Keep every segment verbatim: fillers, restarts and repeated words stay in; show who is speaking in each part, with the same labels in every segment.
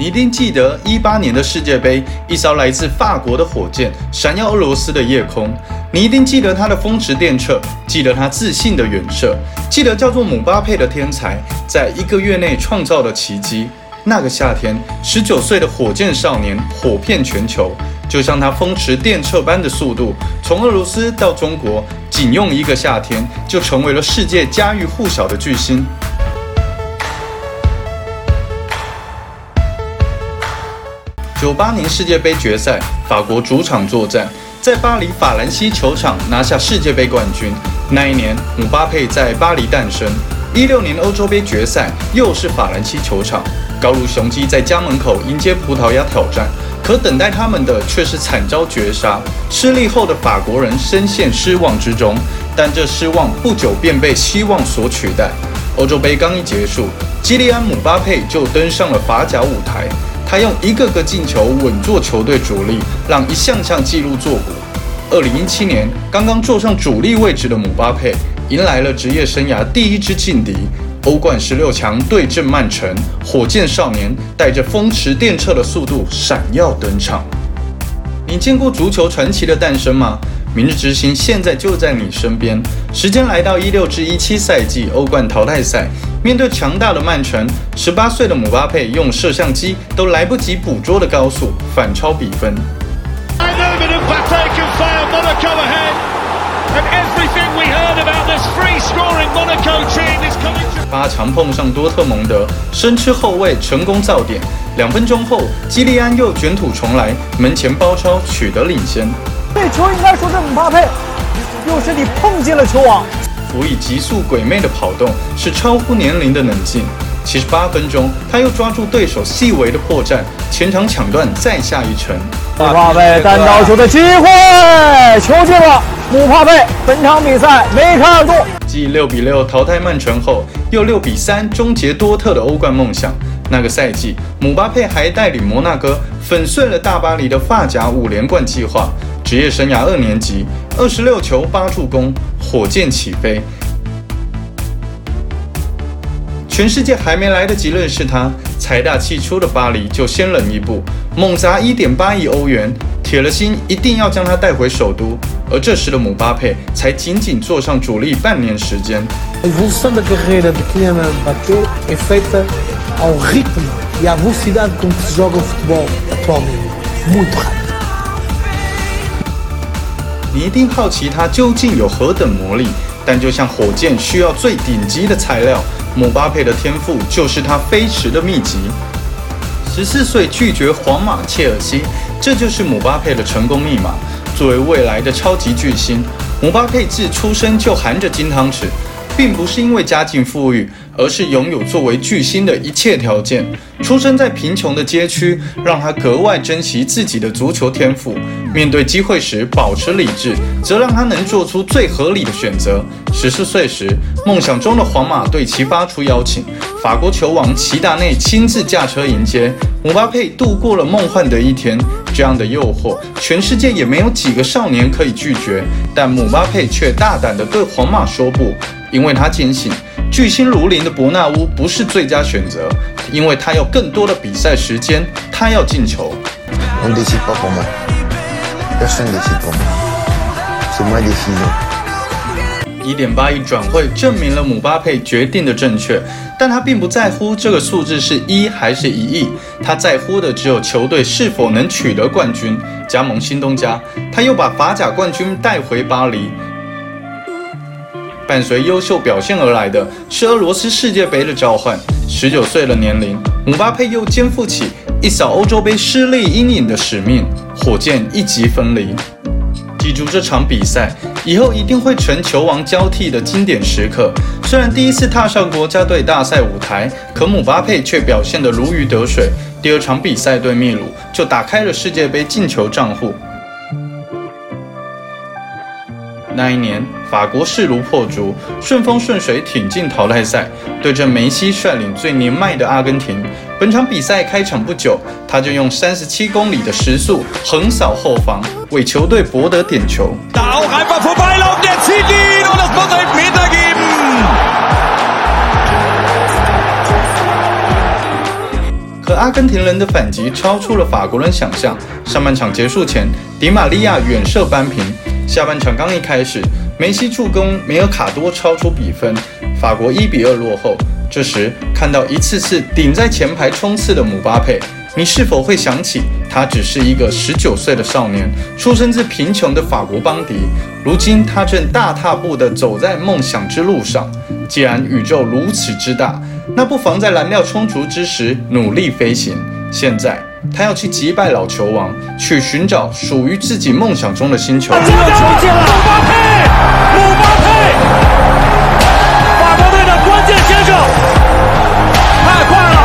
Speaker 1: 你一定记得一八年的世界杯，一艘来自法国的火箭闪耀俄罗斯的夜空。你一定记得他的风驰电掣，记得他自信的远射，记得叫做姆巴佩的天才，在一个月内创造了奇迹。那个夏天，十九岁的火箭少年火遍全球，就像他风驰电掣般的速度，从俄罗斯到中国，仅用一个夏天就成为了世界家喻户晓的巨星。九八年世界杯决赛，法国主场作战，在巴黎法兰西球场拿下世界杯冠军。那一年，姆巴佩在巴黎诞生。一六年欧洲杯决赛，又是法兰西球场，高卢雄鸡在家门口迎接葡萄牙挑战，可等待他们的却是惨遭绝杀。失利后的法国人深陷失望之中，但这失望不久便被希望所取代。欧洲杯刚一结束，基利安·姆巴佩就登上了法甲舞台。他用一个个进球稳坐球队主力，让一项项纪录作古。二零一七年，刚刚坐上主力位置的姆巴佩，迎来了职业生涯第一支劲敌——欧冠十六强对阵曼城，火箭少年带着风驰电掣的速度闪耀登场。你见过足球传奇的诞生吗？明日之星现在就在你身边。时间来到一六至一七赛季欧冠淘汰赛，面对强大的曼城，十八岁的姆巴佩用摄像机都来不及捕捉的高速反超比分。八强碰上多特蒙德，生吃后卫成功造点。两分钟后，基利安又卷土重来，门前包抄取得领先。
Speaker 2: 这球应该说是姆巴佩用身体碰进了球网，
Speaker 1: 辅以急速鬼魅的跑动，是超乎年龄的冷静。七十八分钟，他又抓住对手细微的破绽，前场抢断再下一城。
Speaker 2: 姆巴佩单刀球的机会，球进了。姆巴佩本场比赛梅开二度。
Speaker 1: 继六比六淘汰曼城后，又六比三终结多特的欧冠梦想。那个赛季，姆巴佩还带领摩纳哥粉碎了大巴黎的法甲五连冠计划。职业生涯二年级，二十六球八助攻，火箭起飞。全世界还没来得及认识他，财大气粗的巴黎就先人一步，猛砸 一点八亿欧元，铁了心一定要将他带回首都。而这时的姆巴佩才仅仅坐上主力半年时间。
Speaker 3: A evolução da carreira de Kylian Mbappé é feita ao ritmo e à velocidade com que se joga o futebol atualmente, muito rápido.
Speaker 1: 你一定好奇他究竟有何等魔力，但就像火箭需要最顶级的材料，姆巴佩的天赋就是他飞驰的秘籍。十四岁拒绝皇马切尔西，这就是姆巴佩的成功密码。作为未来的超级巨星，姆巴佩自出生就含着金汤匙，并不是因为家境富裕，而是拥有作为巨星的一切条件。出生在贫穷的街区，让他格外珍惜自己的足球天赋。面对机会时保持理智，则让他能做出最合理的选择。十四岁时，梦想中的皇马对其发出邀请，法国球王齐达内亲自驾车迎接，姆巴佩度过了梦幻的一天。这样的诱惑，全世界也没有几个少年可以拒绝，但姆巴佩却大胆地对皇马说不，因为他坚信巨星如林的伯纳乌不是最佳选择，因为他要更多的比赛时间，他要进球。
Speaker 4: On décide pas pour moi. Personne décide pour moi. C'est ma décision.
Speaker 1: 一点八亿转会证明了姆巴佩决定的正确，但他并不在乎这个数字是一还是一亿，他在乎的只有球队是否能取得冠军。加盟新东家，他又把法甲冠军带回巴黎。伴随优秀表现而来的是俄罗斯世界杯的召唤。十九岁的年龄，姆巴佩又肩负起一扫欧洲杯失利阴影的使命，火箭一击分离。记住这场比赛，以后一定会成球王交替的经典时刻。虽然第一次踏上国家队大赛舞台，可姆巴佩却表现得如鱼得水。第二场比赛对秘鲁，就打开了世界杯进球账户。那一年，法国势如破竹，顺风顺水挺进淘汰赛，对阵梅西率领最年迈的阿根廷。本场比赛开场不久，他就用三十七公里的时速横扫后防，为球队博得点球。可阿根廷人的反击超出了法国人想象。上半场结束前，迪玛利亚远射扳平。下半场刚一开始，梅西助攻梅尔卡多超出比分，法国一比二落后。这时看到一次次顶在前排冲刺的姆巴佩，你是否会想起他只是一个十九岁的少年，出生自贫穷的法国邦迪，如今他正大踏步地走在梦想之路上。既然宇宙如此之大，那不妨在燃料充足之时努力飞行。现在他要去击败老球王，去寻找属于自己梦想中的星球。
Speaker 2: 进入球进了，姆巴佩，姆巴佩，法国队的关键先生，太快了！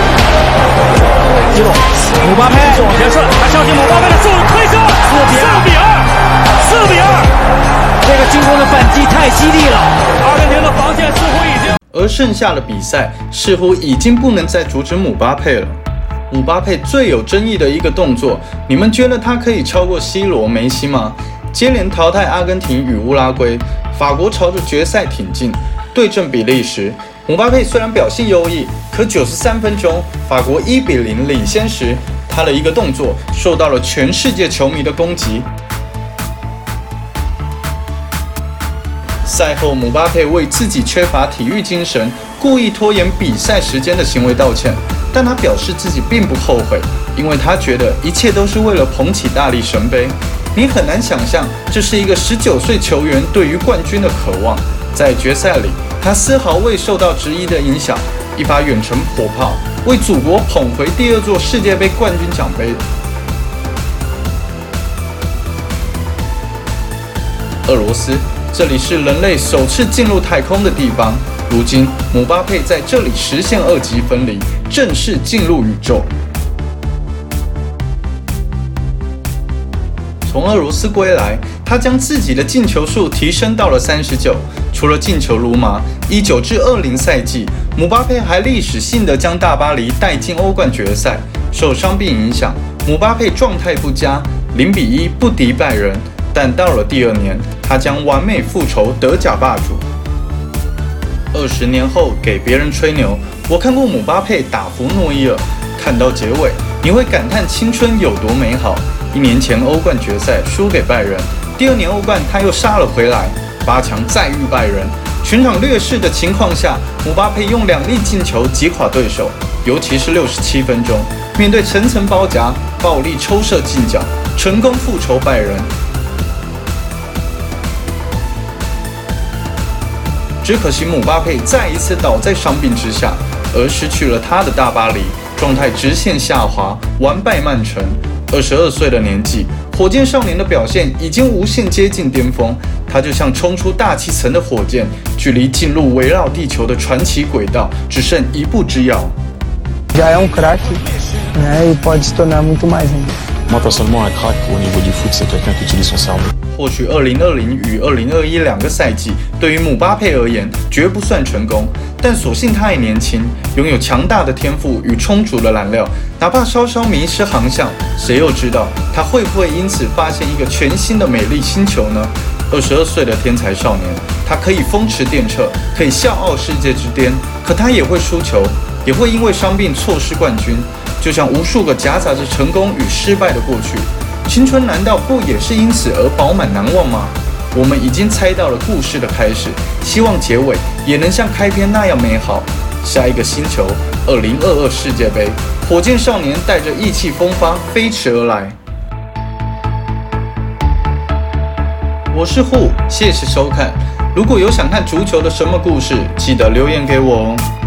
Speaker 2: 激动，姆巴佩往前顺，他相信姆巴佩的速度推射，四比二，四比二，这个进攻的反击太犀利了，阿根廷的防线似乎已经。
Speaker 1: 而剩下的比赛似乎已经不能再阻止姆巴佩了。姆巴佩最有争议的一个动作，你们觉得他可以超过 C 罗、梅西吗？接连淘汰阿根廷与乌拉圭，法国朝着决赛挺进。对阵比利时，姆巴佩虽然表现优异，可九十三分钟，法国一比零领先时，他的一个动作受到了全世界球迷的攻击。赛后，姆巴佩为自己缺乏体育精神、故意拖延比赛时间的行为道歉，但他表示自己并不后悔，因为他觉得一切都是为了捧起大力神杯。你很难想象，这是一个十九岁球员对于冠军的渴望。在决赛里，他丝毫未受到质疑的影响，一发远程火炮为祖国捧回第二座世界杯冠军奖杯。俄罗斯，这里是人类首次进入太空的地方。如今，姆巴佩在这里实现二级分离，正式进入宇宙。从俄罗斯归来，他将自己的进球数提升到了三十九。除了进球如麻，十九至二十赛季，姆巴佩还历史性的将大巴黎带进欧冠决赛。受伤病影响，姆巴佩状态不佳，零比一不敌拜仁。但到了第二年，他将完美复仇，德甲霸主。二十年后给别人吹牛，我看过姆巴佩打服诺伊尔，看到结尾，你会感叹青春有多美好。一年前欧冠决赛输给拜仁，第二年欧冠他又杀了回来，八强再遇拜仁，全场劣势的情况下，姆巴佩用两粒进球击垮对手，尤其是六十七分钟，面对层层包夹，暴力抽射进角，成功复仇拜仁。只可惜姆巴佩再一次倒在伤病之下，而失去了他的大巴黎，状态直线下滑，完败曼城。二十二岁的年纪，火箭少年的表现已经无限接近巅峰，他就像冲出大气层的火箭，距离进入围绕地球的传奇轨道只剩一步之遥。
Speaker 3: Já é um craque, né? E pode se tornar muito mais ainda.
Speaker 5: Moi personnellement, un crack au niveau du foot, c'est quelqu'un qui utilise son cerveau.
Speaker 1: 或许二零二零与二零二一两个赛季对于姆巴佩而言绝不算成功，但所幸他还年轻，拥有强大的天赋与充足的燃料，哪怕稍稍迷失航向，谁又知道他会不会因此发现一个全新的美丽星球呢？二十二岁的天才少年，他可以风驰电掣，可以笑傲世界之巅，可他也会输球，也会因为伤病错失冠军，就像无数个夹杂着成功与失败的过去。青春难道不也是因此而饱满难忘吗？我们已经猜到了故事的开始，希望结尾也能像开篇那样美好。下一个星球，二零二二世界杯，火箭少年带着意气风发飞驰而来。我是户，谢谢收看。如果有想看足球的什么故事，记得留言给我哦。